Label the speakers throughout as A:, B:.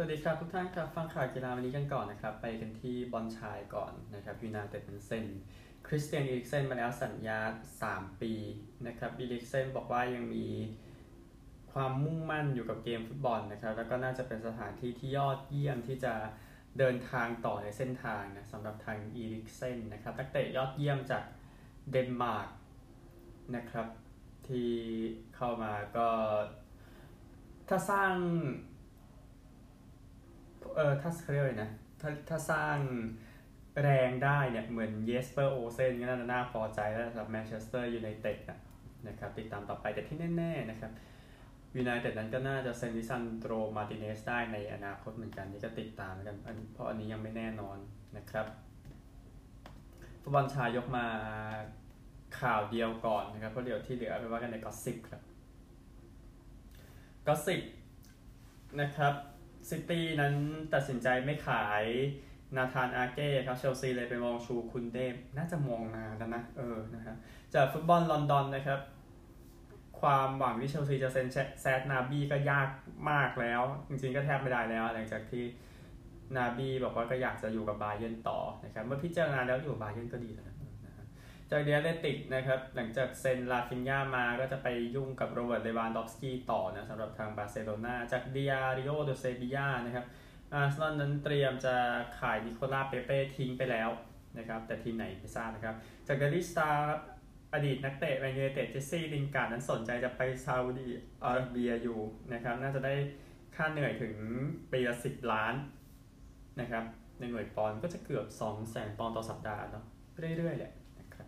A: วัสดีครับทุกท่านครับฟังข่าวกีฬาวันนี้กันก่อนนะครับไปกันที่บอลชายก่อนนะครับยูไนเต็ดมันเซ็นคริสเตียนอีริกเซนมาแล้วสัญญา3 ปีนะครับอีริกเซนบอกว่ายังมีความมุ่งมั่นอยู่กับเกมฟุตบอลนะครับแล้วก็น่าจะเป็นสถานที่ที่ยอดเยี่ยมที่จะเดินทางต่อในเส้นทางนะสำหรับทางอีริกเซนนะครับนักเตะยอดเยี่ยมจากเดนมาร์กนะครับที่เข้ามาก็ถ้าสร้าง ถ้าเขาเรียกอะไรนะถ้าสร้างแรงได้เนี่ยเหมือนเยสเปอร์โอเซนก็น่าพอใจแล้วสำหรับแมนเชสเตอร์ยูไนเต็ดนะครับติดตามต่อไปแต่ที่แน่ๆนะครับยูไนเต็ดนั้นก็น่าจะเซ็นลิซันโดรมาร์ติเนสได้ในอนาคตเหมือนกันนี่ก็ติดตามกันเพราะอันนี้ยังไม่แน่นอนนะครับฟุตบอลชายยกมาข่าวเดียวก่อนนะครับเพราะเดี๋ยวที่เหลือไปว่ากันในกอสซิปครับกอสซิปนะครับซิตี้นั้นตัดสินใจไม่ขายนาธานอาเก้ครับเชลซีเลยไปมองชูคุนเดมน่าจะมองนานแล้วนะนะครับจากฟุตบอลลอนดอนนะครับความหวังที่เชลซีจะเซ็นแซดนาบี้ก็ยากมากแล้วจริงๆก็แทบไม่ได้แล้วหลังจากที่นาบี้บอกว่าก็อยากจะอยู่กับบาเยิร์นต่อนะครับเมื่อพิจารณาแล้วอยู่บาเยิร์นก็ดีแล้วจากเดียเลติกนะครับหลังจากเซ็นลาฟินญามาก็จะไปยุ่งกับโรเบิร์ตเลวานดอฟสกี้ต่อนะสำหรับทางบาร์เซโลนาจากเดียริโอเดเซบียานะครับอาร์เซนอลนั้นเตรียมจะขายนิโคลาเปเป้ทิ้งไปแล้วนะครับแต่ทีมไหนไม่ทราบนะครับจากเดลิสตาร์อดีตนักเตะแมนยูไนเต็ดเจสซี่ลินการ์ดนั้นสนใจจะไปซาอุดิอาระเบียอยู่นะครับน่าจะได้ค่าเหนื่อยถึงปีละ10 ล้านนะครับในหน่วยปอนด์ก็จะเกือบ200,000 ปอนด์ต่อสัปดาห์เนาะเรื่อยๆแหละ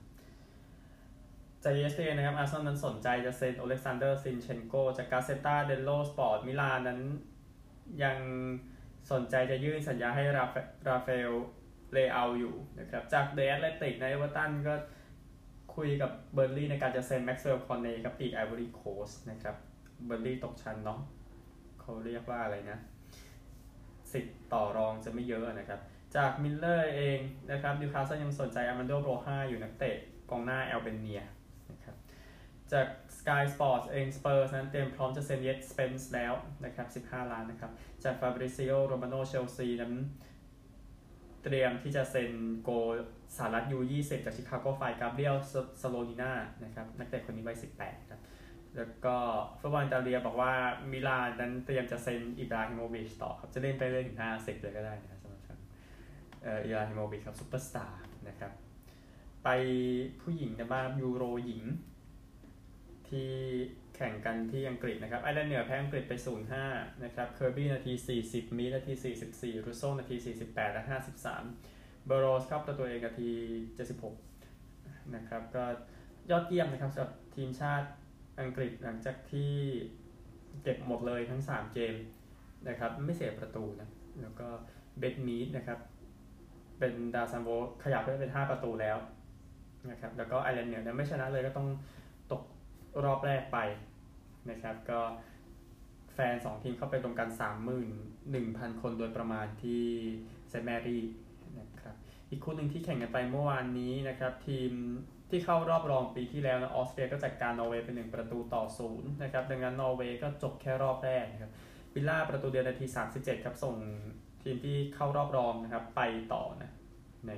A: จาก ESPN นะครับอาร์เซนอลนั้นสนใจจะเซ็นโอเล็กซานเดอร์ซินเชนโกจากกาเซต้าเดลโลสปอร์ตมิลานนั้นยังสนใจจะยื่นสัญญาให้ราฟาเอลเลอาอยู่นะครับจากเดอะแอตเลติกในเอเวอร์ตันก็คุยกับเบอร์ลี่ในการจะเซ็นแม็กซ์เวลคอนเนกับปีกไอวอรี่โคสต์นะครับเบอร์ลี่ตกชั้นเนาะเขาเรียกว่าอะไรนะสิทธิ์ต่อรองจะไม่เยอะนะครับจากมิลเลอร์เองนะครับนิวคาสเซิลยังสนใจอามันโดโรฮาอยู่นักเตะกองหน้าแอลเบเนียจาก Sky Sports เอง Spurs นั้นเตรียมพร้อมจะเซ็นเยสสเปนส์แล้วนะครับ15 ล้านนะครับจาก Fabrizio Romano เชลซีนั้นเตรียมที่จะเซ็นโกสหรัฐ U20 จากชิคาโกไฟร์กาเบรียลสโลนิน่านะครับนักเตะคนนี้วัย18ครับแล้วก็ฟุตบอลอิตาเลียบอกว่ามิลานนั้นเตรียมจะเซ็นอิบราฮิโมวิชต่อครับจะเล่นไปเรื่อยถึง50เลยก็ได้นะครับสำหรับอิบราฮิโมวิชครับซุปเปอร์สตาร์นะครับไปผู้หญิงกันบ้างยูโรหญิงที่แข่งกันที่อังกฤษนะครับไอร์แลนด์เหนือแพ้อังกฤษไป 0-5 นะครับเคอร์บี้นาที40มีนาที44รูโซ่นาที48และ53เบโรสครับตัวเองนาที76นะครับก็ยอดเยี่ยมนะครับสำหรับทีมชาติอังกฤษหลังจากที่เก็บหมดเลยทั้ง3เกมนะครับไม่เสียประตูนะแล้วก็เบดมีดนะครับเป็นดาวซันโวขยับไปเป็น5 ประตูแล้วนะครับแล้วก็ไอร์แลนด์เหนือไม่ชนะเลยก็ต้องตกรอบแรกไปนะครับก็แฟน2ทีมเข้าไปรวมกัน 31,000 คนโดยประมาณที่เซนต์แมรี่นะครับอีกคู่หนึ่งที่แข่งกันไปเมื่อวานนี้นะครับทีมที่เข้ารอบรองปีที่แล้วนะออสเตรียก็จัดการนอร์เวย์เป็น1-0นะครับดังนั้นนอร์เวย์ก็จบแค่รอบแรกนะครับวิลล่าประตูเดียวนาที37ครับส่งทีมที่เข้ารอบรองนะครับไปต่อนะใน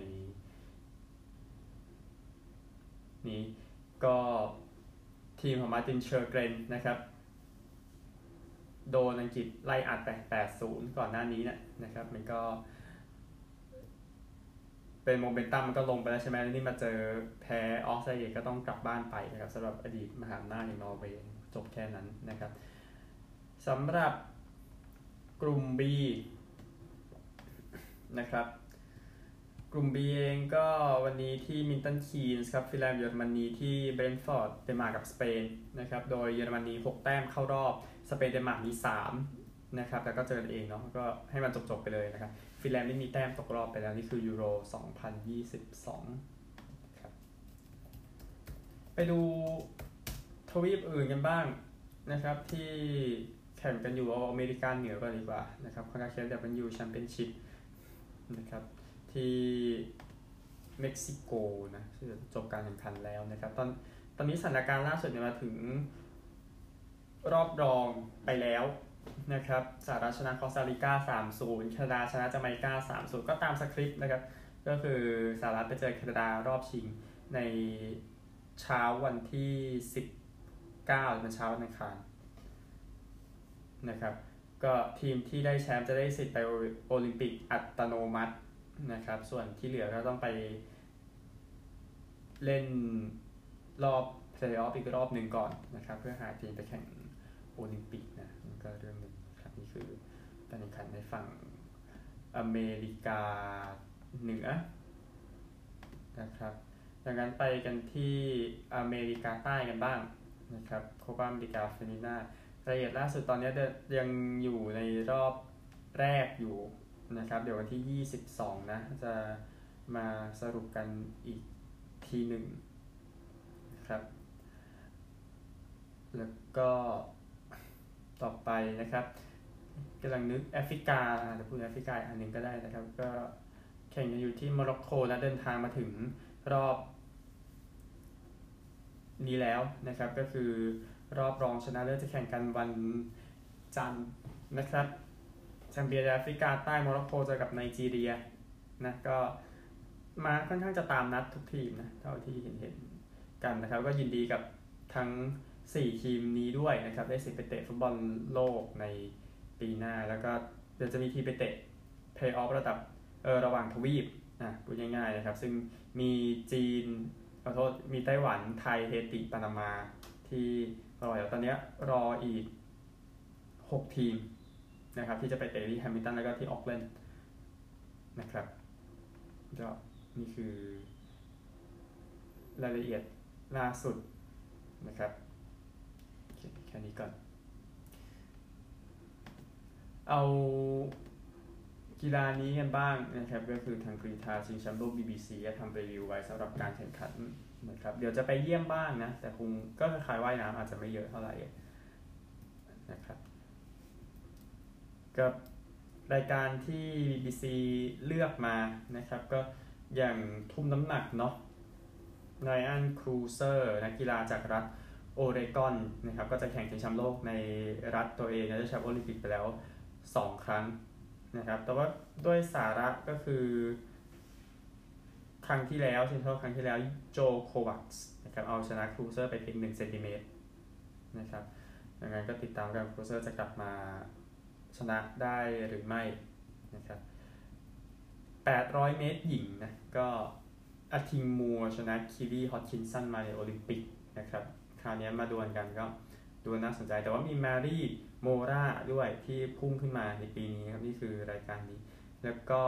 A: นี้ก็ทีมของมาร์ตินเชอร์เกรนนะครับโดนอังกฤษไล่อัดไป 8-0 ก่อนหน้านี้นะครับมันก็เป็นโมเมนตัมมันก็ลงไปแล้วใช่ไหมแล้วนี่มาเจอแพ้ออสเตรเลียก็ต้องกลับบ้านไปนะครับสำหรับอดีตมหาอำนาจอย่างนอร์เวย์จบแค่นั้นนะครับสำหรับกลุ่ม B นะครับกลุ่ม B เองก็วันนี้ที่มิลตันคีนส์ครับฟินแลนด์เยอรมนีที่เบรนท์ฟอร์ดเดนมาร์กกับสเปนนะครับโดยเยอรมนี6 แต้มเข้ารอบสเปนเดนมาร์กมี3นะครับแล้วก็เจอกันเองเนาะก็ให้มันจบๆไปเลยนะครับฟินแลนด์ไม่มีแต้มตกรอบไปแล้วนี่คือยูโร2022ครับไปดูทวีปอื่นกันบ้างนะครับที่แข่งกันอยู่เอาอเมริกาเหนือก่อนดีกว่านะครับคอนคาเคฟWแชมเปี้ยนชิพนะครับที่เม็กซิโกนะที่จบการแข่งขันแล้วนะครับตอนนี้สถานการณ์ล่าสุดมาถึงรอบรองไปแล้วนะครับสหรัฐชนะคอสตาริกา 3-0 แคนาดาชนะจาเมกา 3-0 ก็ตามสคริปต์นะครับก็คือสหรัฐไปเจอแคนาดารอบชิงในเช้าวันที่19มันเช้าวันอังคารนะครับก็ทีมที่ได้แชมป์จะได้สิทธิ์ไปโอลิมปิกอัตโนมัตินะครับส่วนที่เหลือก็ต้องไปเล่นรอบเพลย์ออฟอีกรอบหนึ่งก่อนนะครับเพื่อหาทีมไปแข่งโอลิมปิกนะนี่ก็เรื่องหนึ่งครับนี่คือการแข่งขันในฝั่งอเมริกาเหนือนะครับดังนั้นไปกันที่อเมริกาใต้กันบ้างนะครับโคปาอเมริกาเฟมิน่ารายละเอียดล่าสุดตอนนี้ยังอยู่ในรอบแรกอยู่นะครับเดี๋ยววันที่22นะจะมาสรุปกันอีกทีหนึ่งนะครับแล้วก็ต่อไปนะครับกำลังนึกแอฟริกาจะพูดแอฟริกาอันหนึ่งก็ได้นะครับก็แข่งกันอยู่ที่โมร็อกโกและเดินทางมาถึงรอบนี้แล้วนะครับก็คือรอบรองชนะเลิศจะแข่งกันวันจันทร์นะครับแชมเปี้ยนแอฟริกาใต้โมร็อกโกเจอกับไนจีเรียนะก็มาค่อนข้างจะตามนัดทุกทีมนะเท่าที่เห็นกันนะครับก็ยินดีกับทั้ง4ทีมนี้ด้วยนะครับได้สิทธิ์ไปเตะฟุตบอลโลกในปีหน้าแล้วก็เดี๋ยวจะมีทีมไปเตะเพลย์ออฟระดับระหว่างทวีปพูดง่ายๆนะครับซึ่งมีจีนขอโทษมีไต้หวันไทยเฮติปานามาที่รออยู่ตอนนี้รออีก6ทีมนะครับที่จะไปเตะที่แฮมิลตันแล้วก็ที่ออกแลนด์นะครับก็นี่คือรายละเอียดล่าสุดนะครับแค่นี้ก่อนเอากีฬานี้กันบ้างนะครับก็คือทางกรีฑาชิงแชมป์โลก BBC ก็ทำรีวิวไว้สำหรับการแข่งขันนะครับเดี๋ยวจะไปเยี่ยมบ้างนะแต่คงก็คล้ายๆว่ายน้ำอาจจะไม่เยอะเท่าไหร่นะครับก็รายการที่ BBC เลือกมานะครับก็อย่างทุ่มน้ำหนักเนาะไนอันครูเซอร์นักกีฬาจากรัฐโอเรกอนนะครับก็จะแข่งชิงแชมป์โลกในรัฐตัวเองและได้แชมป์โอลิมปิกไปแล้ว2ครั้งนะครับแต่ว่าด้วยสาระก็คือครั้งที่แล้วชิงแชมป์ครั้งที่แล้วโจโควัตส์นะครับเอาชนะครูเซอร์ไปเพียง1 เซนติเมตรนะครับดังนั้นก็ติดตามกันครูเซอร์จะกลับมาชนะได้หรือไม่นะครับ800 เมตรหญิงนะก็อาทิงมัวชนะคิรีฮอตคินสันมาในโอลิมปิกนะครับคราวนี้มาดวลกันก็ดูน่าสนใจแต่ว่ามีแมรี่โมราด้วยที่พุ่งขึ้นมาในปีนี้ครับนี่คือรายการนี้แล้วก็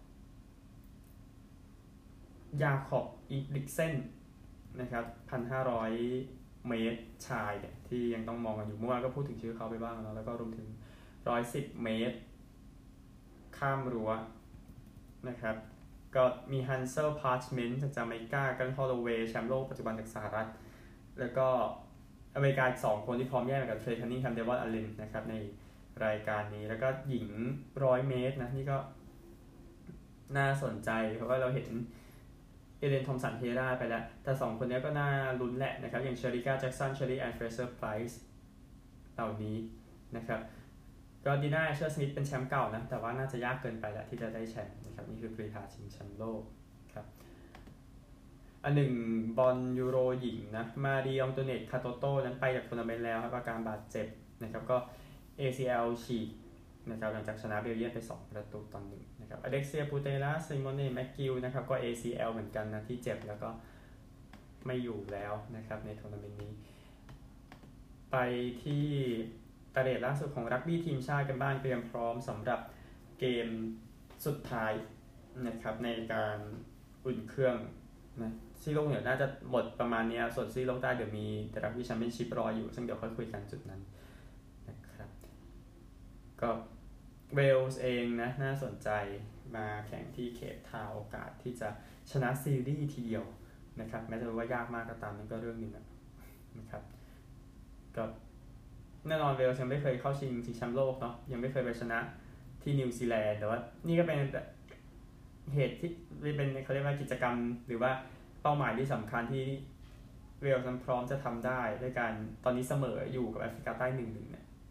A: ยาขอบอิลิกเซนนะครับ 1,500 เมตรชายเนี่ยที่ยังต้องมองกันอยู่เมื่อวานก็พูดถึงชื่อเขาไปบ้างแล้วก็รวมถึง110 เมตรข้ามรั้วนะครับก็มีฮันเซลพาร์ชเมนต์จากจาเมกากันฮอลโลเวย์แชมป์โลกปัจจุบันจากสหรัฐแล้วก็อเมริกาอีก2คนที่พร้อมแย่งกับเทรย์คันนิงแฮมเดวอนอลินนะครับในรายการนี้แล้วก็หญิง100 เมตรนะนี่ก็น่าสนใจเพราะว่าเราเห็นเอเลนทอมสันเฮราไปแล้วแต่2คนนี้ก็น่าลุ้นแหละนะครับอย่างเชอริก้าแจ็กสันเชอรี่แอนด์เฟรเซอร์ไพรส์เหล่านี้นะครับก็ดีน่าเชอร์สมิธเป็นแชมป์เก่านะแต่ว่าน่าจะยากเกินไปแล้วที่จะได้แชมป์นะครับนี่คือกรีฑาชิงแชมป์โลกครับอันหนึ่งบอลยูโรหญิงนะมารีอองโตเนตคาโตโต้นั้นไปจากทัวร์นาเมนต์แล้วครับอาการบาดเจ็บนะครับก็ ACL ฉีกนะครับหลังจากชนะเบลเยียมไป2-1นะครับอเล็กเซียปูเตล่าซิโมเน่แม็กกิลนะครับก็ ACL เหมือนกันนะที่เจ็บแล้วก็ไม่อยู่แล้วนะครับในทัวร์นาเมนต์นี้ไปที่ประเด็นล่าสุดของรักบี้ทีมชาติกันบ้างเตรียมพร้อมสำหรับเกมสุดท้ายนะครับในการอุ่นเครื่องนะซีโร่เหนือน่าจะหมดประมาณนี้ส่วนซีโร่ใต้เดี๋ยวมีรักบี้แชมเปี้ยนชิพรออยู่ซึ่งเดี๋ยวค่อยคุยกันจุดนั้นนะครับก็เวลส์เองนะน่าสนใจมาแข่งที่เคปทาวน์โอกาสที่จะชนะซีรีส์ทีเดียวนะครับแม้จะว่ายากมากก็ตามนั่นก็เรื่องหนึ่งนะครับก็แน่นอนเวลส์ยังไม่เคยเข้าชิงแชมป์โลกเนาะยังไม่เคยไปชนะที่นิวซีแลนด์แต่ว่านี่ก็เป็นเหตุที่เป็นเขาเรียกว่ากิจกรรมหรือว่าเป้าหมายที่สำคัญที่เวลส์พร้อมจะทำได้ด้วยการตอนนี้เสมออยู่กับแอฟริกาใต้1-1เนี่ย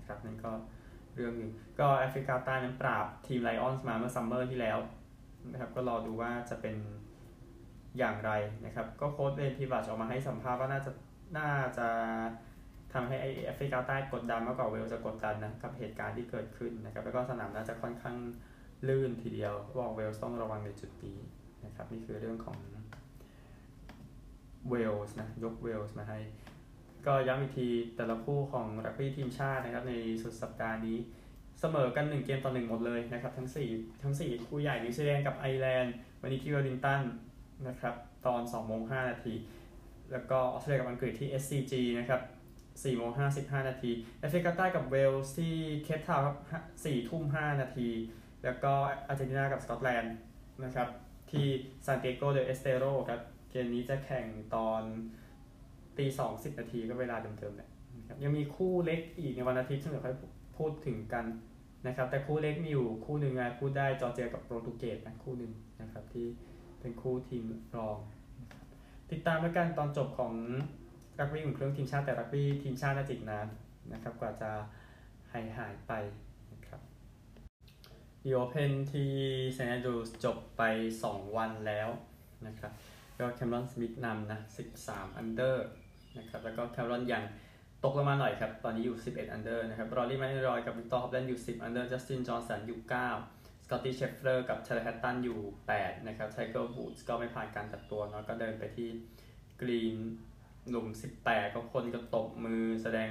A: นะครับนั่นก็เรื่องหนึ่งก็แอฟริกาใต้นั้นปราบทีมไลออนส์มาเมื่อซัมเมอร์ที่แล้วนะครับก็รอดูว่าจะเป็นอย่างไรนะครับก็โค้ชเบนพิวัชออกมาให้สัมภาษณ์ว่าน่าจะทำให้แอฟริกาใต้กดดันมากกว่าเวลจะกดดันนะกับเหตุการณ์ที่เกิดขึ้นนะครับแล้วก็สนามน่าจะค่อนข้างลื่นทีเดียวว่าเวลต้องระวังในจุดนี้นะครับนี่คือเรื่องของเวลส์นะยกเวลส์มาให้ก็ย้ำอีกทีแต่ละคู่ของรักบี้ทีมชาตินะครับในสุดสัปดาห์นี้เสมอกัน1 เกมต่อ 1หมดเลยนะครับทั้ง 4คู่ใหญ่นิวซีแลนด์กับไอร์แลนด์วันนี้ที่เวลลิงตันนะครับตอน 2:05 นาทีแล้วก็ออสเตรเลียกับอังกฤษที่ SCG นะครับ 4:55 นาทีแอฟริกาใต้กับเวลส์ที่เคปทาวน์ครับ 4:05 นาทีแล้วก็อาร์เจนตินากับสกอตแลนด์นะครับที่ซานติเอโกเดอเอสเตโรครับเกมนี้จะแข่งตอน 2:10 นาทีก็เวลาเดิมๆแหละนะครับยังมีคู่เล็กอีกในวันอาทิตย์ซึ่งเดี๋ยวค่อยพูดถึงกันนะครับแต่คู่เล็กมีอยู่คู่หนึ่งนะพูดได้จอร์เจียกับโปรตุเกสนะคู่หนึ่งนะครับที่เป็นคู่ทีมรองติดตามแล้วกันตอนจบของรักบี้อุ่นเครื่องทีมชาติแต่รักบี้ทีมชาติน่าจะอีกนานนะครับกว่าจะหายไปนะครับดีโอเพนที่เซนต์แอนดรูว์จบไป2 วันแล้วนะครับก็แคมรอนสมิธนำนะ13 อันเดอร์นะครับแล้วก็แคมรอนยังตกลงมาหน่อยครับตอนนี้อยู่11 อันเดอร์นะครับรอรี่แมนรอยกับวิกตอร์ฮอปแลนด์อยู่10 อันเดอร์จัสตินจอห์นสันอยู่9สกอตตี้เชฟเฟอร์กับเทเลแฮตตันอยู่8นะครับไทเกอร์วูดส์ก็ไม่ผ่านการตัดตัวเนาะก็เดินไปที่กรีนหลุม18ก็คนก็ตบมือแสดง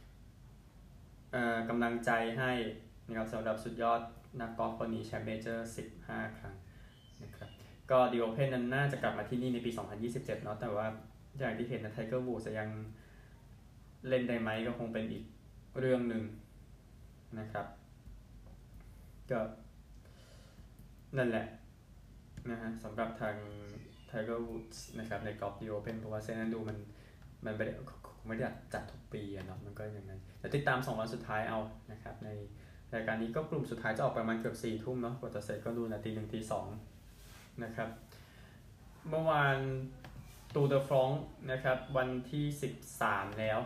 A: กำลังใจให้นะครับสำหรับสุดยอดนักกอล์ฟคนนี้แชมป์เมเจอร์15 ครั้งนะครับก็ดีโอเพนนั้นน่าจะกลับมาที่นี่ในปี 2027 เนาะแต่ว่าอย่างที่เห็นนะไทเกอร์วูดส์ยังเล่นได้ไหมก็คงเป็นอีกเรื่องหนึ่งนะครับก็นั่นแหละนะฮะสำหรับทาง Tiger Woods นะครับในกอล์ฟ The Open เพราะว่าเซนต์แอนดรูว์มันไม่ได้จัดทุกปีเนาะมันก็อย่างนั้นแต่ติดตาม2 วันสุดท้ายเอานะครับในรายการนี้ก็กลุ่มสุดท้ายจะออกประมาณเกือบ4 ทุ่มเนาะกว่าจะเสร็จก็ดูนะตี 1 ตี 2นะครับเมื่อวานตูเดอฟรองก์นะครับวันที่13แล้ว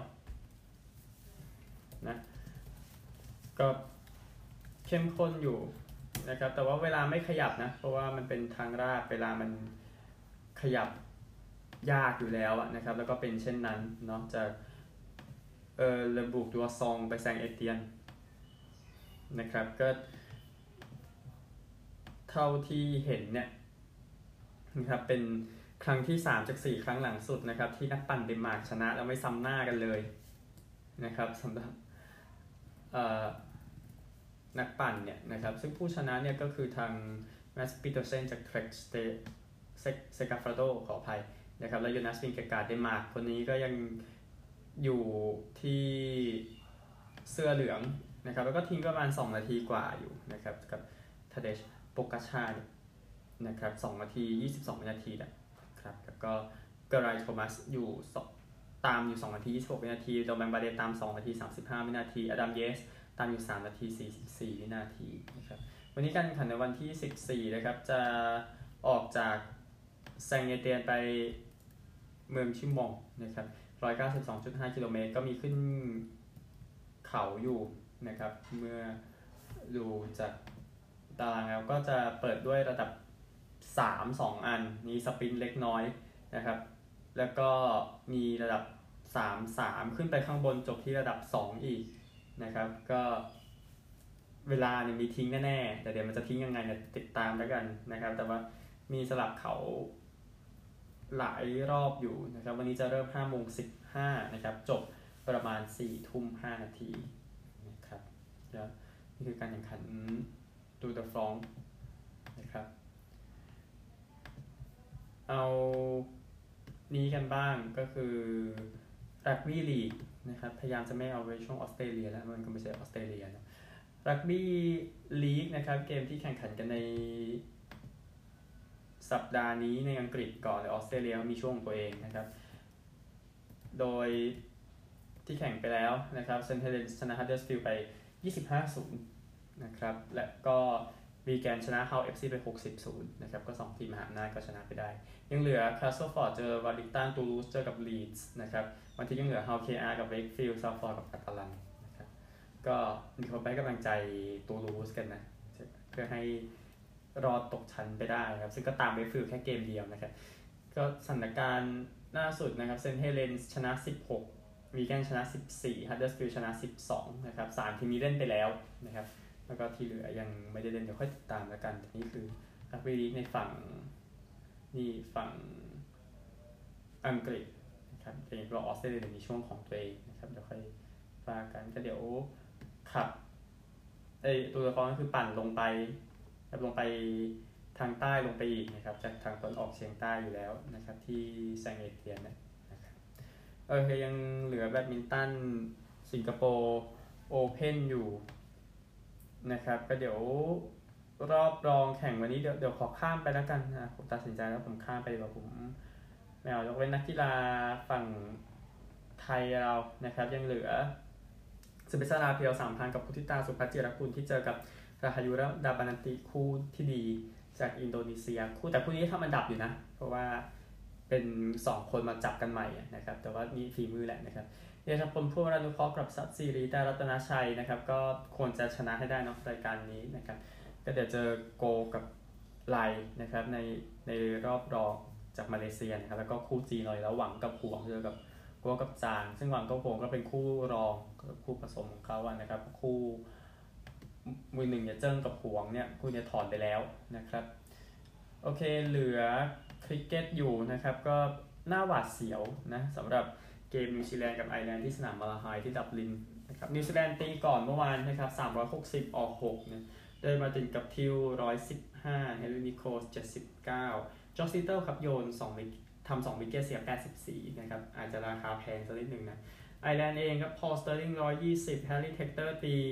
A: นะก็เข้มข้นอยู่นะครับแต่ว่าเวลาไม่ขยับนะเพราะว่ามันเป็นทางราบเวลามันขยับยากอยู่แล้วนะครับแล้วก็เป็นเช่นนั้นเนาะจากเลบุกดัวซองไปแซงเอเตียนนะครับก็เท่าที่เห็นเนี่ยนะครับเป็นครั้งที่3 จาก 4 ครั้งหลังสุดนะครับที่นักปั่นเดนมาร์กชนะแล้วไม่ซ้ำหน้ากันเลยนะครับสำหรับนักปั่นเนี่ยนะครับซึ่งผู้ชนะเนี่ยก็คือทางแมสปีเตอร์เซนจากเทรคเซกาฟราโดขออภัยนะครับและโยนาสวินเกกาเดนมาร์กคนนี้ก็ยังอยู่ที่เสื้อเหลืองนะครับแล้วก็ทิ้งประมาณ2 นาทีกว่าอยู่นะครับกับทาเดชโปกาชานะครับ2 นาที 22 วินาทีนะครับแล้วก็เกอร์ไรโทมัสอยู่ตามอยู่2 นาที 26 วินาทีโดแมนบาเดตาม2 นาที 35 วินาทีอดัมเยสตามอยู่3 นาที 44 วินาทีนะครับวันนี้การแข่งขันในวันที่14นะครับจะออกจากแซงเอเตียนไปเมืองชิมองนะครับ 192.5 กิโลเมตรก็มีขึ้นเขาอยู่นะครับเมื่อดูจากตารางแล้วก็จะเปิดด้วยระดับ3 2 อันมีสปรินต์เล็กน้อยนะครับแล้วก็มีระดับ3 ขึ้นไปข้างบนจบที่ระดับ2อีกนะครับก็เวลาเนี่ยมีทิ้งแน่ๆแต่เดี๋ยวมันจะทิ้งยังไงเนี่ยติดตามแล้วกันนะครับแต่ว่ามีสลับเขาหลายรอบอยู่นะครับวันนี้จะเริ่ม 5:15 นะครับจบประมาณ 4:05 นาทีนะครับนี่คือการแข่งขันตูเดอฟรองก์นะครับเอานี้กันบ้างก็คือรักบี้ลีกนะครับพยายามจะไม่เอาไว้ช่วงออสเตรเลียแล้วมันก็ไม่ใช่ออสเตรเลียนะรักบี้ลีกนะครับเกมที่แข่งขันกันในสัปดาห์นี้ในอังกฤษก่อนในออสเตรเลียมีช่วงตัวเองนะครับโดยที่แข่งไปแล้วนะครับเซนต์เฮเลนส์ชนะฮัดเดอร์สฟิลด์ไป 25-0 นะครับและก็วีแกนชนะเฮา FC ไป 60-0 นะครับก็2 ทีมมหาอำนาจก็ชนะไปได้ยังเหลือแคสเซิลฟอร์ดเจอวาริงตันตูลูสเจอกับลีดส์นะครับวันที่ยังเหลือเฮา KR กับเวกฟิลด์ซัฟฟอร์ดกับคาตาลันนะครับก็มีคนไปให้กำลังใจตูลูสกันนะเพื่อให้รอดตกชั้นไปได้ครับซึ่งก็ตามไปฟิลแค่เกมเดียวนะครับก็สถานการณ์ล่าสุดนะครับเซนต์เฮเลนชนะ16วีแกนชนะ14ฮัดเดอร์สฟิลด์ชนะ12นะครับ3ทีมนี้เล่นไปแล้วนะครับแล้วก็ที่เหลือยังไม่ได้เล่นเดี๋ยวค่อยติดตามแล้วกันนี่คือรักบี้ลีกในฝั่งอังกฤษนะครับเองรอออสเตรเลียในช่วงของตัวเองนะครับเดี๋ยวค่อยว่ากันก็เดี๋ยวขับตัวละครก็คือปั่นลงไปทางใต้ลงไปอีกนะครับจากทางตะวันออกเฉียงใต้อยู่แล้วนะครับที่แซงเอเทียนนะครับยังเหลือแบดมินตันสิงคโปร์โอเพ่นอยู่นะครับก็เดี๋ยวรอบรองแข่งวันนี้เดี๋ยวขอข้ามไปแล้วกันนะผมตัดสินใจแล้วผมข้ามไปดีกว่าผมไม่เอายกเว้นนักกีฬาฝั่งไทยเรานะครับยังเหลือสุพิษราเพียว3,000กับพุทธิตาสุภัจจิรกุลที่เจอกับราฮายุระดาบานันติคู่ที่ดีจากอินโดนีเซียแต่คู่นี้ทำอันดับอยู่นะเพราะว่าเป็น2คนมาจับกันใหม่นะครับแต่ว่ามีฝีมือแหละนะครับเดชพลผู้รานุเคราะห์กับซับซีรีแต่รัตนชัยนะครับก็ควรจะชนะให้ได้เนาะรายการนี้นะครับก็เดี๋ยวเจอโกกับไลนะครับในรอบรองจากมาเลเซียนะครับแล้วก็คู่จีนเลยแล้วหวังกับหวงเจอกับกัวกับจางซึ่งหวังกับหวงก็เป็นคู่รองคู่ผสมของเขาอะนะครับคู่มือหนึ่งเนี่ยเจิ้งกับหวงเนี่ยคู่นี้ถอนไปแล้วนะครับโอเคเหลือคริกเก็ตอยู่นะครับก็น่าหวาดเสียวนะสำหรับเกมนิวซีแลนด์กับไอร์แลนด์ที่สนามมาลาไฮที่ดับลินนะครับนิวซีแลนด์ตีก่อนเมื่อวานนะครับ360ออก6เนี่ยได้มาตินกับทิว115เฮนรี่นิโคลส์79จอร์จซิเติลครับโยนทำ2วิกเก็ตเสีย84นะครับอาจจะราคาแพงสักนิดนึงนะไอร์แลนด์เองครับพอลสเตอร์ลิง120แฮร์รี่เทคเตอร์ตี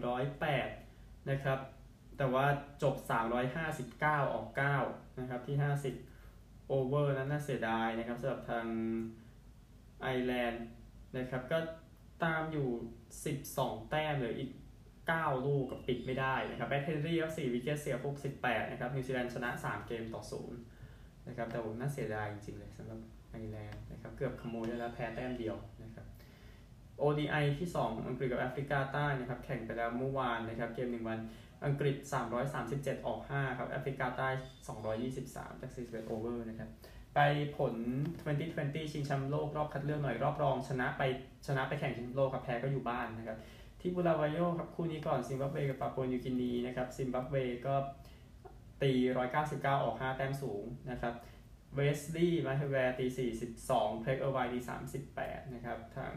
A: 108นะครับแต่ว่าจบ359ออก9นะครับที่50โอเวอร์นั้นน่าเสียดายนะครับสำหรับทางไอร์แลนด์นะครับก็ตามอยู่12แต้มเลยอีก9ลูกกับปิดไม่ได้นะครับแบทเทนรี่ครับ4วิกเก็ตเสีย68นะครับนิวซีแลนด์ชนะ3เกมต่อ0นะครับแต่ผมน่าเสียดายจริงๆเลยสำหรับไอร์แลนด์นะครับเกือบขโมยแล้วแพ้แต้มเดียวนะครับ ODI ที่2อังกฤษกับแอฟริกาใต้นะครับแข่งไปแล้วเมื่อวานนะครับเกม1วันอังกฤษ337ออก5ครับแอฟริกาใต้223จาก41โอเวอร์นะครับไปผล2020ชิงแชมป์โลกรอบคัดเลือกหน่อยรอบรองชนะไปแข่งชิงแชมป์โลกครับแพ้ก็อยู่บ้านนะครับที่บูราวาโยครับคู่นี้ก่อนซิมบับเวกับปาปัวนิวกินีนะครับซิมบับเวก็ตี199ออก5แต้มสูงนะครับเวสลีย์มาเทแวร์ตี42เพล็กเออร์ไวตี38นะครับทาง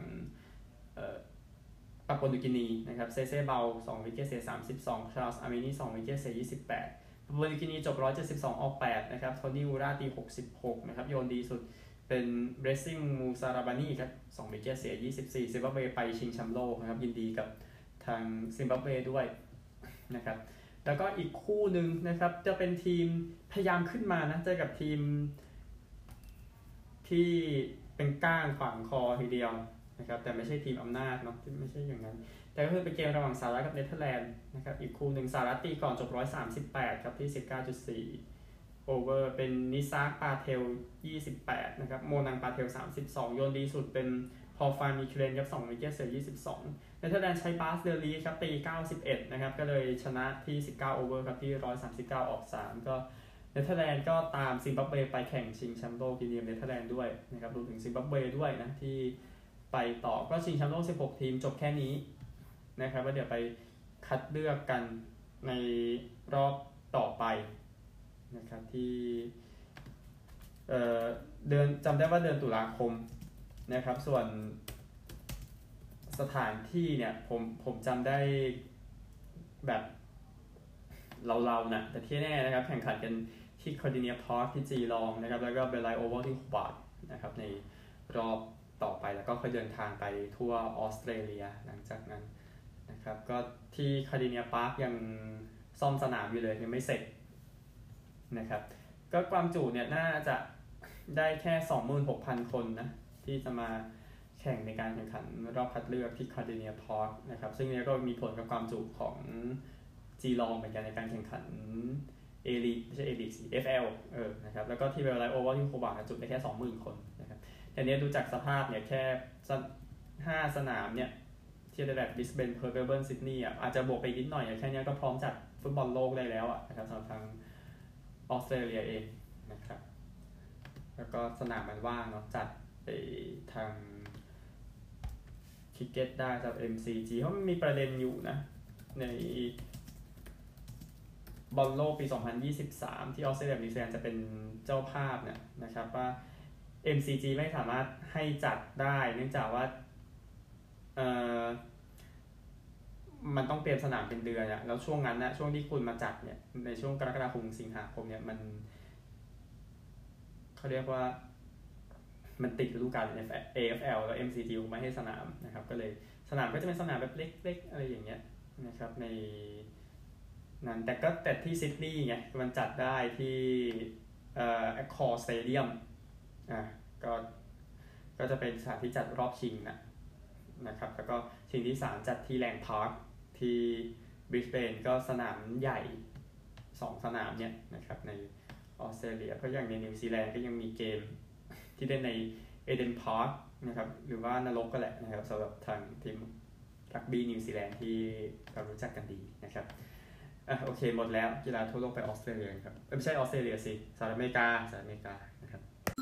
A: ปาปัวนิวกินีนะครับเซเบา2วิกเก็ตเสีย32ชาร์ลส์อาร์เมนี2วิกเก็ตเสีย28ปาปัวนิวกินีจบ172ออก8นะครับโทนี่วูราตี66นะครับโยนดีสุดเป็นเบรซิ่งมูซาราบานีครับ2วิกเก็ตเสีย24ซิมบับเวไปชิงแชมป์โลกนะครับยินดีกับทางซิมบับเวด้วยนะครับแล้วก็อีกคู่หนึ่งนะครับจะเป็นทีมพยายามขึ้นมานะเจอกับทีมที่เป็นก้างขวางคอทีเดียวนะครับแต่ไม่ใช่ทีมอำนาจเนาะที่ไม่ใช่อย่างนั้นแต่ก็คือเป็นเกมระหว่างสหรัฐกับเนเธอร์แลนด์นะครับอีกคู่หนึ่งสหรัฐตีก่อนจบ138ครับที่19.4โอเวอร์เป็นนิซากปาเทล28นะครับโมนังปาเทล32โยนดีสุดเป็นพอลฟามีเครนครับ2วิกเก็ตเสีย22เนเธอร์แลนด์ใช้บาสเดลีครับตี91นะครับก็เลยชนะที่19โอเวอร์ครับที่139ออก3ก็เนเธอร์แลนด์ก็ตามซิมบับเวไปแข่งชิงแชมป์โลกทีเดียวเนเธอร์แลนด์ด้วยนะครับรวมถึงซิมบับเวด้วยนะที่ไปต่อก็ชิงแชมป์โลก16ทีมจบแค่นี้นะครับแล้วเดี๋ยวไปคัดเลือกกันในรอบต่อไปนะครับที่เดือนจำได้ว่าเดือนตุลาคมนะครับส่วนสถานที่เนี่ยผมจำได้แบบเรานะแต่ที่แน่นะครับแข่งขันกันที่คอร์ดิเนียพาร์คที่จีลองนะครับแล้วก็เบลไลโอเวอร์ที่ฮุบาร์ดนะครับในรอบต่อไปแล้วก็ค่อยเดินทางไปทั่วออสเตรเลียหลังจากนั้นนะครับก็ที่คาร์ดิเนียพาร์คยังซ่อมสนามอยู่เลยยังไม่เสร็จนะครับก็ความจุเนี่ยน่าจะได้แค่ 26,000 คนนะที่จะมาแข่งในการแข่งขันรอบคัดเลือกที่คาร์ดิเนียพาร์คนะครับซึ่งนี้ก็มีผลกับความจุของจีลองเหมือนกันในการแข่งขันเอลีกไม่ใช่เอลีกสิ FL นะครับแล้วก็ที่เวลไลโอเวอร์ที่โคบาร์จุได้แค่ 20,000 คนนะครับแต่เนี้ยดูจากสภาพเนี่ยแค่5สนามเนี่ยทที่ได้แบบบิสเบนเพิร์ทเมลเบิร์นซิดนีย์อาจจะบวกไปนิดหน่อยแค่นี้ก็พร้อมจัดฟุตบอลโลกได้แล้วนะครับสำหรับทางออสเตรเลียเองนะครับแล้วก็สนามมันว่างเนาะจัดไปทางคริกเก็ตได้สำหรับ MCG เพราะมันมีประเด็นอยู่นะในบอลโลกปี 2023 ที่ออสเตรเลียนิวซีแลนด์จะเป็นเจ้าภาพเนี่ยนะครับว่า MCG ไม่สามารถให้จัดได้เนื่องจากว่ามันต้องเตรียมสนามเป็นเดือนอะแล้วช่วงนั้นนะช่วงที่คุณมาจัดเนี่ยในช่วงกรกฎาคมสิงหาคมเนี่ยมันเขาเรียกว่ามันติดฤดูกาล AFL แล้ว MCG ไม่ให้สนามนะครับก็เลยสนามก็จะเป็นสนามแบบเล็กๆอะไรอย่างเงี้ยนะครับในนั้นแต่ที่ซิดนีย์ไงมันจัดได้ที่Accor Stadium ก็จะเป็นสถานที่จัดรอบชิงนะครับแล้วก็ชิงที่3จัดที่แลนด์พาร์คที่บริสเบนก็สนามใหญ่2สนามเนี่ยนะครับในออสเตรเลียเพราะอย่างในนิวซีแลนด์ก็ยังมีเกมที่เล่นในเอเดนพาร์คนะครับหรือว่านรกก็แหละนะครับสำหรับทางทีมรักบี้นิวซีแลนด์ที่เรารู้จักกันดีนะครับโอเคหมดแล้วกีฬาทั่วโลกไปออสเตรเลียครับไม่ใช่ออสเตรเลียสิสหรัฐอเมริกานะครับ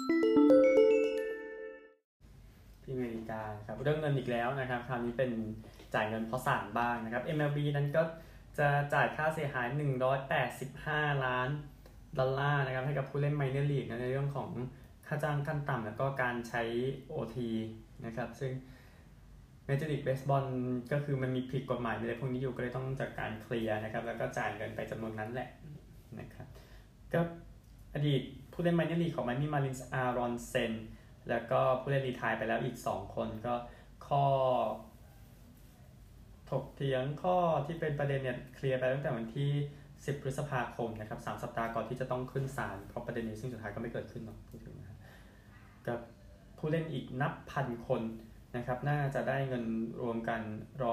A: ที่อเมริกาครับเรื่องเงินอีกแล้วนะครับคราวนี้เป็นจ่ายเงินเพราะศาลบ้างนะครับ MLB นั้นก็จะจ่ายค่าเสียหาย$185 ล้านนะครับให้กับผู้เล่นไมเนอร์ลีกในเรื่องของค่าจ้างขั้นต่ำแล้วก็การใช้ OT นะครับซึ่งเมเจอร์ลีกเบสบอลก็คือมันมีผิดกฎหมายในพวกนี้อยู่ก็เลยต้องจัดการเคลียร์นะครับแล้วก็จ่ายเงินไปจำนวนนั้นแหละนะครับก็อดีตผู้เล่นไมเนอร์ลีกของไมอามี่มาร์ลินส์อารอนเซนแล้วก็ผู้เล่นรีไทร์ไปแล้วอีก2คนก็ข้อถกเถียงข้อที่เป็นประเด็นเนี่ยเคลียร์ไปตั้งแต่วันที่10 พฤษภาคมนะครับ3 สัปดาห์ก่อนที่จะต้องขึ้นศาลเพราะประเด็นนี้ซึ่งสุดท้ายก็ไม่เกิดขึ้นหรอกพูดถึงนะครับกับผู้เล่นอีกนับพันคนนะครับน่าจะได้เงินรวมกัน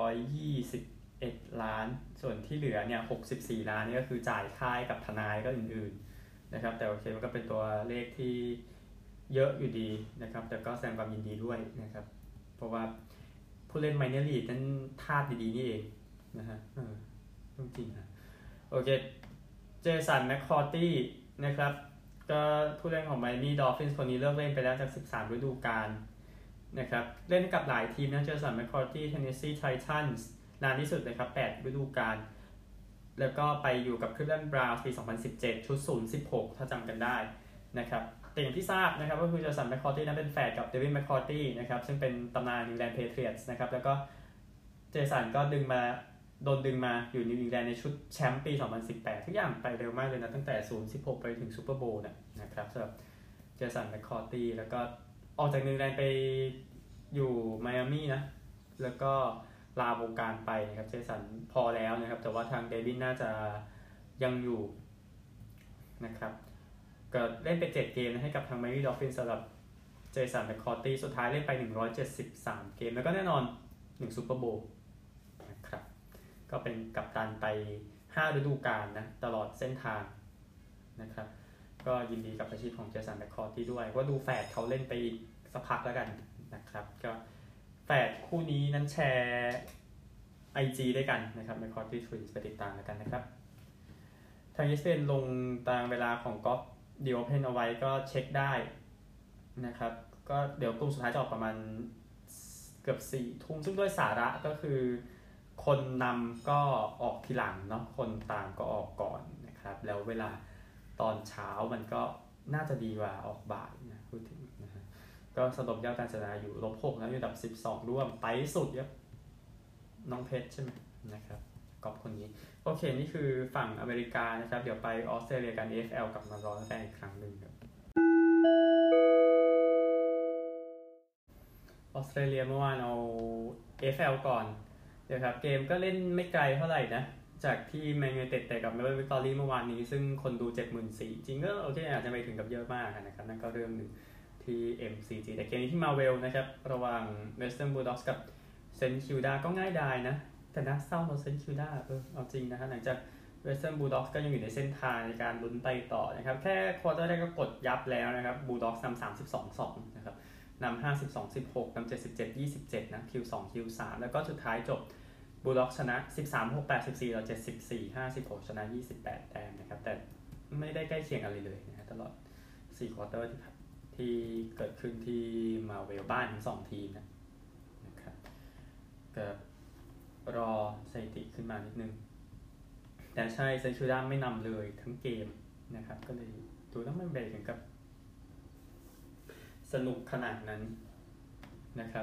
A: 121 ล้านส่วนที่เหลือเนี่ย64 ล้านนี่ก็คือจ่ายค่ายกับทนายก็อื่นๆนะครับแต่โอเคมันก็เป็นตัวเลขที่เยอะอยู่ดีนะครับแต่ก็แสดงความยินดีด้วยนะครับเพราะว่าผู้เล่นไมเนอร์ลีกนั้นธาตุดีๆนี่เองนะฮะจริงฮะโอเคเจสันแมคคอร์ตี้นะครับก็ผู้เล่นของไมอามี่ดอลฟินส์คนนี้เลิกเล่นไปแล้วจาก13 ฤดูกาลนะครับเล่นกับหลายทีมนะเจสันแมคคอร์ตี้เทนเนสซีไททันส์นานที่สุดเลยครับ8 ฤดูกาลแล้วก็ไปอยู่กับคลิฟแลนด์บราวน์ปี 2017 ชุด 0-16 ถ้าจำกันได้นะครับแต่อย่างที่ทราบนะครับก็คือเจสันแมคคอร์ตี้นั้นเป็นแฝดกับเดวินแมคคอร์ตี้นะครับซึ่งเป็นตำนานนิวแลนด์เพเทรียตส์นะครับแล้วก็เจสันก็โดนดึงมาอยู่นิวอิงแลนด์ในชุดแชมป์ปี 2018 ทุกอย่างไปเร็วมากเลยนะตั้งแต่ 0-16 ไปถึงซูเปอร์โบว์นะครับสำหรับเจสันแมคคอร์ตี้แล้วก็ออกจากนิวอิงแลนด์ไปอยู่ไมอามี่นะแล้วก็ลาวงการไปนะครับเจสันพอแล้วนะครับแต่ว่าทางเดวินน่าจะยังอยู่นะครับก็เล่นไป7 เกมให้กับทางไมอามี่ดอลฟินส์สำหรับเจสันแมคคอร์ตี้สุดท้ายเล่นไป173 เกมแล้วก็แน่นอน1 ซูเปอร์โบว์นะครับก็เป็นกัปตันไป5 ฤดูกาลนะตลอดเส้นทางนะครับก็ยินดีกับอาชีพของเจสันแมคคอร์ตี้ด้วยว่าดูแฝดเขาเล่นไปอีกสักพักแล้วกันนะครับก็แฝดคู่นี้นั้นแชร์ IG ด้วยกันนะครับแมคคอร์ตี้ทวินส์ไปติดตามแล้วกันนะครับทาง ESPN ลงตามเวลาของกอล์ฟดีโอเพนเอาไว้ก็เช็คได้นะครับก็เดี๋ยวกลุ่มสุดท้ายจะออกประมาณเกือบ4 ทุ่มซึ่งด้วยสาระก็คือคนนำก็ออกทีหลังเนาะคนตามก็ออกก่อนนะครับแล้วเวลาตอนเช้ามันก็น่าจะดีกว่าออกบ่ายนะพูดถึงนะฮะก็สรุปยอดการชนะอยู่-6แล้วอยู่อันดับ12ร่วมไปสุดครับน้องเพชรใช่ไหมนะครับกอบคนนี้โอเคนี่คือฝั่งอเมริกานะครับเดี๋ยวไปออสเตรเลียกัน AFL กลับมาร้อนแรงอีกครั้งหนึ่งครับออสเตรเลียเมื่อวานเอา AFL ก่อนเดี๋ยวครับเกมก็เล่นไม่ไกลเท่าไหร่นะจากที่แมนยูไนเต็ดแต่กับเมลเบิร์นวิกตอรี่เมื่อวานนี้ซึ่งคนดู 74,000 จริงก็โอเคอาจจะไม่ถึงกับเยอะมากนะครับนั่นก็เรื่องหนึ่งที่ MCG แต่เกมนี้ที่มาเวลนะครับระหว่าง Western Bulldogs กับเซนต์คิวดาก็ง่ายดายนะแต่น่าเศร้าเซนต์คิวดาเอาจริงนะฮะหลังจาก Western Bulldogs ก็ยังอยู่ในเส้นทางในการลุ้นไปต่อนะครับแค่ควอเตอร์แรกก็กดยับแล้วนะครับ Bulldogs นำ 32-2 นะครับนำ52-16 นำ77-27 นะ Q2 Q3 แล้วก็สุดท้ายจบบูลล็อกชนะ13-6-8 14-74 56 ชนะ28 แต้มนะครับแต่ไม่ได้ใกล้เคียงอะไรเลยนะตลอด4ควอเตอร์ที่เกิดขึ้นที่มาเวลบ้านทั้ง2ทีมนะครับก็รอสถิติขึ้นมานิดนึงแต่ใช่เซนชูด้าไม่นำเลยทั้งเกมนะครับก็เลยดูแล้วไม่เบรกถึงกับสนุกขนาดนั้นนะครับ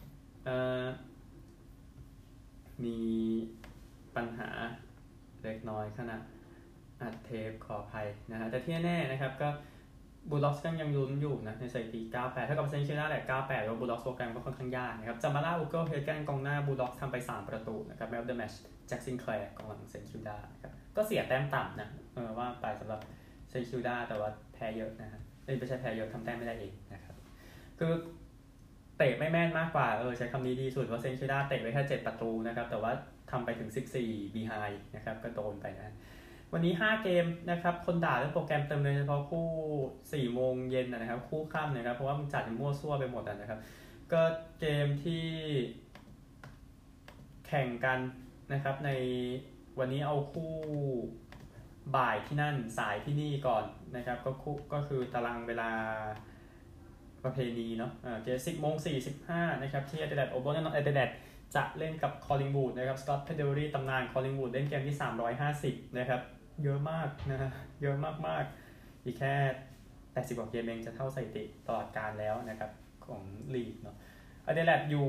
A: มีปัญหาเล็กน้อยขณะอัดเทปขออภัยนะฮะแต่ที่แน่ๆนะครับก็บูลล็อกส์ยังลุ้นอยู่นะในสถิติ 98 เท่ากับเซนชูด้าแหละ 98 แล้วบูลล็อกส์โปรแกรมก็ค่อนข้างยากนะครับจามาร่า อูเกิล เฮเกนกองหน้าบูลล็อกส์ทำไป3ประตูนะครับแมตช์เดอะแมตช์แจ็คซินแคลร์กองหลังเซนชูด้านะครับก็เสียแต้มต่ำนะว่าไปสำหรับเซนชูด้าแต่ว่าแพ้เยอะนะฮะไม่ใช่แพ้เยอะทำแต้มไม่ได้เองนะครับคือเตะไม่แม่นมากกว่าใช้คำนี้ดีสุดว่าเซนชูด้าเตะไปแค่7ประตูนะครับแต่ว่าทำไปถึง14 behind นะครับก็โดนไปนะวันนี้5เกมนะครับคนด่าเรื่องโปรแกรมเต็มเลยเฉพาะคู่4โมงเย็นนะครับคู่ค่ำนะครับเพราะว่ามันจัดมั่วซั่วไปหมดนะครับก็เกมที่แข่งกันนะครับในวันนี้เอาคู่บ่ายที่นั่นสายที่นี่ก่อนนะครับก็คือตารางเวลาประเพณีเนาะเกม 10:45 นะครับที่ Adelaide Oval แน่นอน Adelaide จะเล่นกับ Collingwood นะครับ Scott Pendlebury ตำนาน Collingwood เล่นเกมที่350นะครับเยอะมากนะฮะเยอะมากๆอีกแค่80กว่าเกมเองจะเท่าสถิติตลอดกาลแล้วนะครับของลีกเนาะ Adelaide อยู่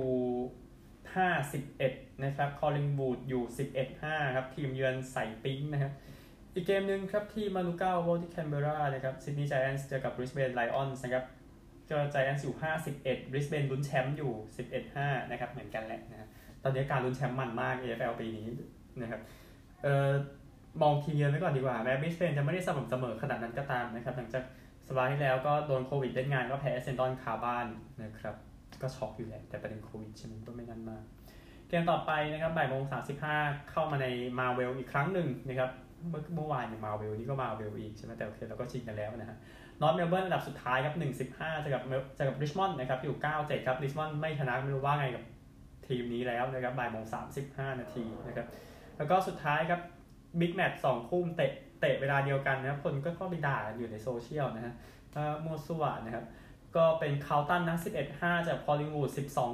A: 51นะครับ Collingwood อยู่ 11-5 ครับทีมเยือนใส่ปิ๊งนะครับอีกเกมนึงครับที่มานูก้าโอเวลที่แคนเบอร์รานะครับ Sydney Giants เจอกับ Brisbane Lions นะครับก็ Giants อยู่51 Brisbane ลุ้นแชมป์อยู่ 11-5 นะครับเหมือนกันแหละนะตอนนี้การลุ้นแชมป์มันมาก AFL ปีนี้นะครับมองทีมเยือนไว้ก่อนดีกว่าแม้ Brisbane จะไม่ได้สม่ำเสมอขนาดนั้นก็ตามนะครับหลังจากสัปดาห์ที่แล้วก็โดนโควิดเล่นงานก็แพ้เซนตอนคาบ้านนะครับก็ช็อกอยู่แหละแต่ประเด็นโควิดใช่ไหมก็ไม่นั่นมากเกมต่อไปนะครับบ่ายโมง35เข้ามาในมาเวลอีกครั้งหนึ่งนะครับเมื่อวานอย่างมาเวลนี่ก็มาเวลอีกใช่ไหมแต่โอเคเราก็ชิงกันแล้วนะฮะนอร์ทเมลเบิร์นอันดับสุดท้ายครับ 1-15 เจอกับริชมอนด์นะครับอยู่ 9-7 ครับริชมอนด์ไม่ชนะไม่รู้ว่าไงกับทีมนี้แล้วนะครับบ่ายโมง35นาทีนะครับแล้วก็สุดท้ายครับบิ๊กแมตช์2คู่เตะเวลาเดียวกันนะครับคนก็เข้าไปด่าอยู่ในโซเชียลนะฮะมั่วซั่วนะครับก็เป็นคาลตันนะ 11-5 จาก Collingwood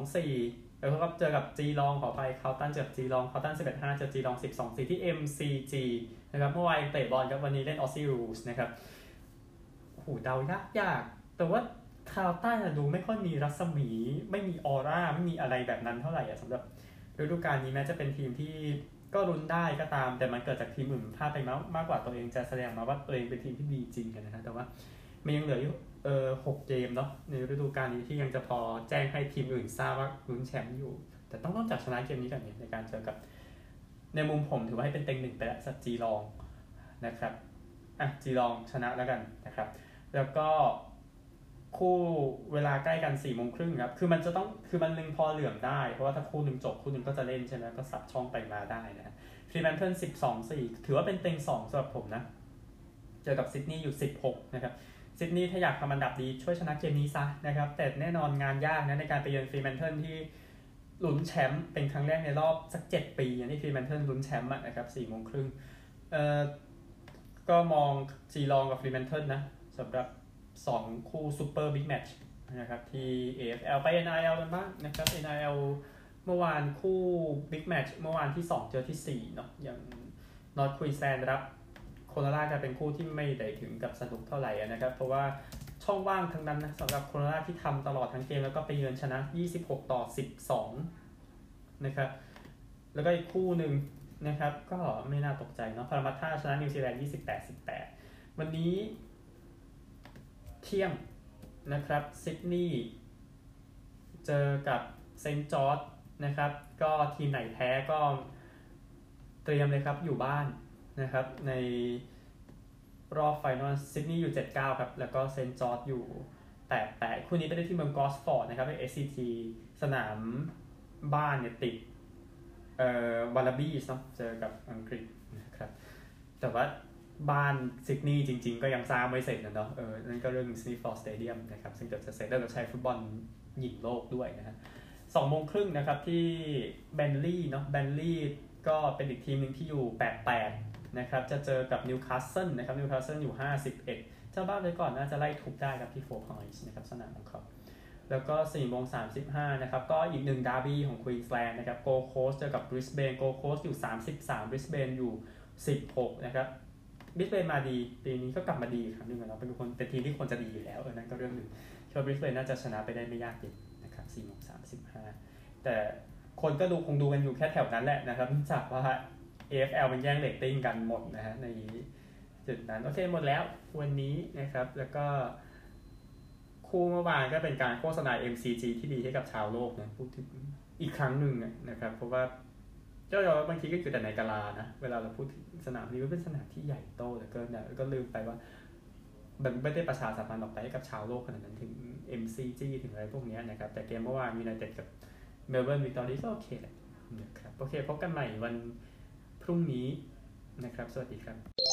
A: 12-4 แล้วก็เจอกับจีลองขอไปคาลตันเจอกับจีลองคาลตัน 11-5 เจอจีลอง 12-4 ที่ MCG นะครับเมื่อวานเตะบอลครับวันนี้เล่น Aussie Rules นะครับโหเดายากแต่ว่าคาลตันดูไม่ค่อยมีรัศมีไม่มีออร่าไม่มีอะไรแบบนั้นเท่าไหร่สำหรับฤดูกาลนี้แม้จะเป็นทีมที่ก็รุนได้ก็ตามแต่มันเกิดจากทีมอื่นพลาดไปมากกว่าตัวเองจะแสดงมาว่าตัวเองเป็นทีมที่ดีจริงกันนะแต่ว่ามันยังเหลืออยู่6 เกมเนาะในฤดูกาลนี้ที่ยังจะพอแจ้งให้ทีมอื่นทราบว่าลุ้นแชมป์อยู่แต่ต้องจับชนะเกมนี้ก่อนในการเจอกับในมุมผมถือว่าให้เป็นเต็ง1ไปแล้วสักจีลองนะครับจีลองชนะแล้วกันนะครับแล้วก็คู่เวลาใกล้กัน 4:30 ครับคือมันจะต้องคือมันนึงพอเหลื่อมได้เพราะว่าถ้าคู่นึงจบคู่นึงก็จะเล่นใช่ไหมก็สับช่องไปมาได้นะฟรีแมนเทิล 12-4 ถือว่าเป็นเต็ง2สำหรับผมนะเจอกับซิดนีย์อยู่ 16 นะครับซิดนีย์ถ้าอยากทำอันดับดีช่วยชนะเกมนี้ซะนะครับแต่แน่นอนงานยากนะในการไปเยือนฟรีแมนเทิลที่ลุ้นแชมป์เป็นครั้งแรกในรอบสัก7 ปีอย่างที่ฟรีแมนเทิลลุ้นแชมป์นะครับ 4:30 ก็มองจีลองกับฟรีแมนเทิลนะสำหรับ2คู่ซูเปอร์บิ๊กแมตช์นะครับที่ AFL ไป NRL กันบ้างนะครับ NRL เมื่อวานคู่บิ๊กแมตช์เมื่อวานที่2เจอที่4เนาะอย่างนอร์ทควีนส์แลนด์รับโคโลราจะเป็นคู่ที่ไม่ได้ถึงกับสนุกเท่าไหร่นะครับเพราะว่าช่องว่างทั้งนั้นนะสำหรับโคโลราที่ทำตลอดทั้งเกมแล้วก็ไปเยือนชนะ26-12นะครับแล้วก็อีกคู่หนึ่งนะครับก็ไม่น่าตกใจเนาะพารามัตตาชนะนิวซีแลนด์28-18วันนี้เที่ยงนะครับซิดนีย์เจอกับเซนต์จอร์จนะครับก็ทีมไหนแพ้ก็เตรียมเลยครับอยู่บ้านนะครับในรอบไฟนอลซิดนีย์อยู่ 79 ครับแล้วก็เซนต์จอร์จอยู่88คู่นี้ไปได้ที่เมืองกอสฟอร์ดนะครับใน SCT สนามบ้านเนี่ยติดวาลาบี้เนาะเจอกับอังกฤษนะครับแต่ว่าบ้านซิดนีย์จริงๆก็ยังสร้างไม่เสร็จนะเนาะนั่นก็เรื่องซิดนีย์ฟอร์สเตเดียมนะครับซึ่งเดี๋ยวจะเสร็จแล้วจะใช้ฟุตบอลหญิงโลกด้วยนะฮะ2:30นะครับที่แบนลี่เนาะแบนลี่ก็เป็นอีกทีมหนึ่งที่อยู่8-8นะครับจะเจอกับนิวคาสเซิลนะครับนิวคาสเซิลอยู่51เจ้าบ้านไว้ก่อนน่าจะไล่ทุบได้ครับที่4 points นะครับสนามของเขาแล้วก็4:35นะครับก็อีกหนึ่งดาร์บี้ของควีนส์แลนด์นะครับโกลด์โคสต์เจอกับบริสเบนโกลด์โคสต์อยู่33บริสเบนอยู่16นะครับบริสเบนมาดีปีนี้ก็กลับมาดีครับนึงแล้วเป็นทีมที่ควรจะดีอยู่แล้วนั่นก็เรื่องนึงคิดว่าบริสเบนน่าจะชนะไปได้ไม่ยากเย็นนะครับ4:35แต่คนก็คงดูกันอยู่แค่แถวนั้นแหละนะครับเนื่องจากว่า AFL มันแย่งเรตติ้งกันหมดนะฮะในจุดนั้นโอเคหมดแล้ววันนี้นะครับแล้วก็คู่เมื่อวานก็เป็นการโฆษณา MCG ที่ดีให้กับชาวโลกนะพูดถึงอีกครั้งหนึ่งนะครับเพราะว่าเจ้าบางทีก็อยู่แต่ในกาลานะเวลาเราพูดถึงสนามนี้ก็เป็นสนามที่ใหญ่โตเหลือเกินนะก็ลืมไปว่ามันไม่ได้ประชาสัมพันธ์ออกไปให้กับชาวโลกขนาดนั้นถึง MCG ถึงอะไรพวกนี้นะครับแต่เกมเมื่อวานยูไนเต็ดกับเมลเบิร์นวิกตอรี่ก็โอเคแหละนะครับโอเคพบกันใหม่วันพรุ่งนี้นะครับสวัสดีครับ